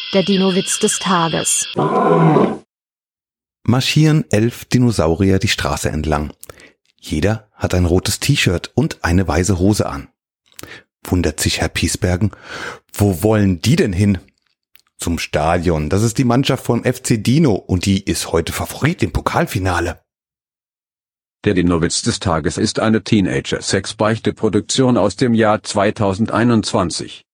Der Dino-Witz des Tages. Marschieren 11 Dinosaurier die Straße entlang. Jeder hat ein rotes T-Shirt und eine weiße Hose an. Wundert sich Herr Piesbergen, wo wollen die denn hin? Zum Stadion, das ist die Mannschaft vom FC Dino und die ist heute Favorit im Pokalfinale. Der Dino-Witz des Tages ist eine Teenager-Sex-Beichte-Produktion aus dem Jahr 2021.